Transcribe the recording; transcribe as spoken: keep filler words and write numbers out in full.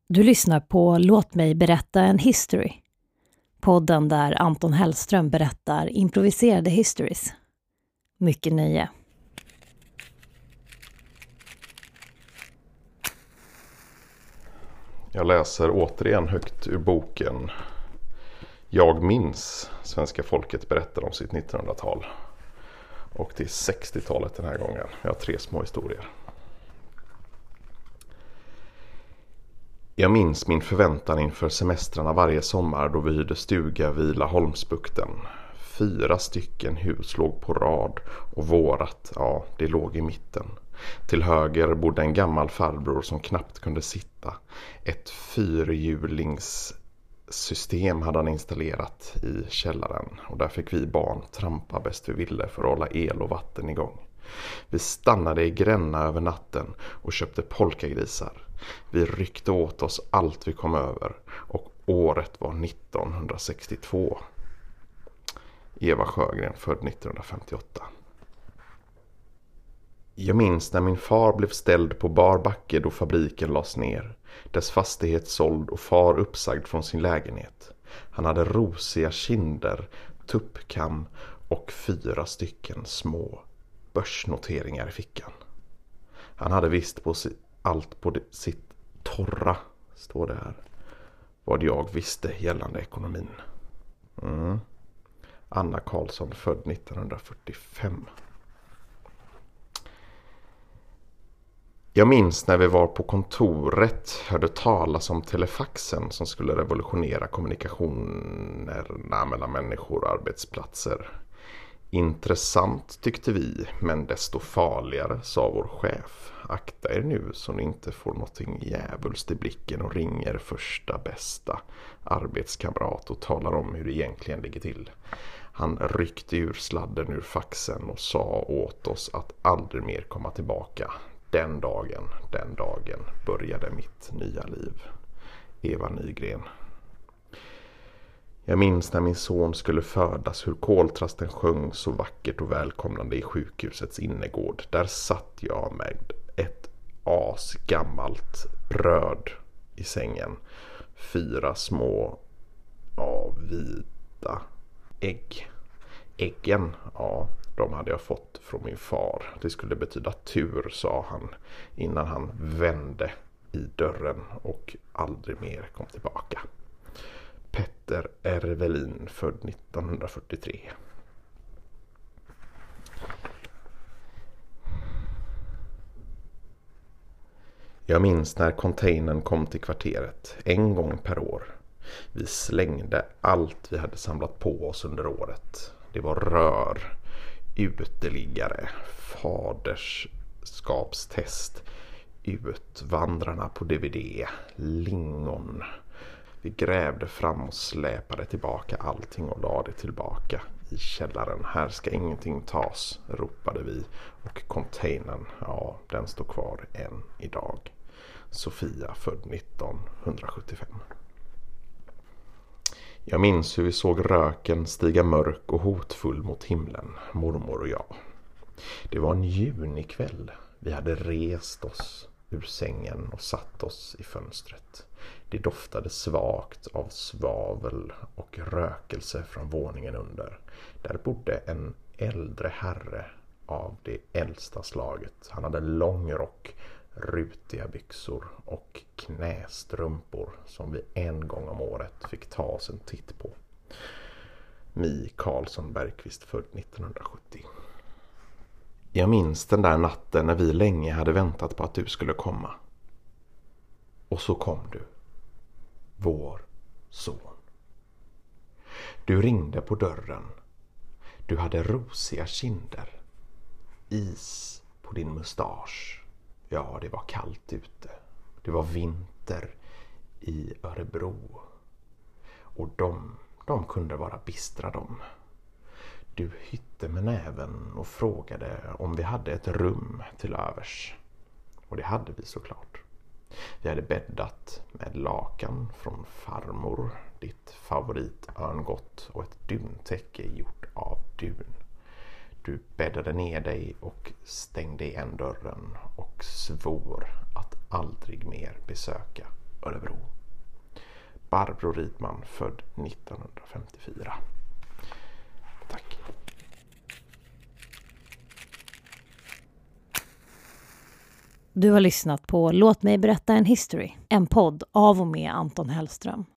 Du lyssnar på Låt mig berätta en history. Podden där Anton Hellström berättar improviserade histories. Mycket nöje. Jag läser återigen högt ur boken Jag minns svenska folket berättar om sitt nittonhundratal. Och det är sextiotalet den här gången. Jag har tre små historier. Jag minns min förväntan inför semestrarna varje sommar då vi hyrde stuga vid Laholmsbukten. Fyra stycken hus låg på rad och vårat, ja, det låg i mitten. Till höger bodde en gammal farbror som knappt kunde sitta. Ett fyrhjulingssystem hade han installerat i källaren och där fick vi barn trampa bäst vi ville för att hålla el och vatten igång. Vi stannade i Gränna över natten och köpte polkagrisar. Vi ryckte åt oss allt vi kom över och året var nittonhundrasextiotvå. Eva Sjögren, född nittonhundrafemtioåtta. Jag minns när min far blev ställd på barbacke då fabriken lades ner. Dess fastighet såld och far uppsagd från sin lägenhet. Han hade rosiga kinder, tuppkam och fyra stycken små börsnoteringar i fickan. Han hade visst på si- allt på det, sitt torra, står det här, vad jag visste gällande ekonomin. Mm. Anna Karlsson, född nittonhundrafyrtiofem. Jag minns när vi var på kontoret hörde talas om telefaxen som skulle revolutionera kommunikationerna mellan människor och arbetsplatser. Intressant tyckte vi, men desto farligare, sa vår chef. Akta er nu så ni inte får någonting djävulskt i blicken och ringer första bästa arbetskamrat och talar om hur det egentligen ligger till. Han ryckte ur sladden ur faxen och sa åt oss att aldrig mer komma tillbaka. Den dagen, den dagen började mitt nya liv. Eva Nygren. Jag minns när min son skulle födas hur koltrasten sjöng så vackert och välkomnande i sjukhusets innergård. Där satt jag med ett asgammalt bröd i sängen. Fyra små ja, vita ägg. Äggen, ja, de hade jag fått från min far. Det skulle betyda tur, sa han innan han vände i dörren och aldrig mer kom tillbaka. Petter Ervelin, född nittonhundrafyrtiotre. Jag minns när containern kom till kvarteret en gång per år. Vi slängde allt vi hade samlat på oss under året. Det var rör, uteliggare, faderskapstest, utvandrarna på D V D, lingon. Vi grävde fram och släpade tillbaka allting och lade det tillbaka i källaren. Här ska ingenting tas, ropade vi. Och containern, ja, den står kvar än idag. Sofia, född nittonhundrasjuttiofem. Jag minns hur vi såg röken stiga mörk och hotfull mot himlen, mormor och jag. Det var en junikväll. Vi hade rest oss ur sängen och satt oss i fönstret. Det doftade svagt av svavel och rökelse från våningen under. Där bodde en äldre herre av det äldsta slaget. Han hade lång rock, rutiga byxor och knästrumpor som vi en gång om året fick ta oss en titt på. Mi Karlsson Bergqvist, född nittonhundrasjuttio. Jag minns den där natten när vi länge hade väntat på att du skulle komma. Och så kom du. Vår son. Du ringde på dörren. Du hade rosiga kinder. Is på din mustasch. Ja, det var kallt ute. Det var vinter i Örebro. Och de, de kunde vara bistra de. Du hytte med näven och frågade om vi hade ett rum till övers. Och det hade vi såklart. Vi hade bäddat med lakan från farmor, ditt favoritörngott och ett duntäcke gjort av dun. Du bäddade ner dig och stängde igen dörren och svor att aldrig mer besöka Örebro. Barbro Ridman, född nittonhundrafemtiofyra. Tack. Du har lyssnat på Låt mig berätta en history, en podd av och med Anton Hellström.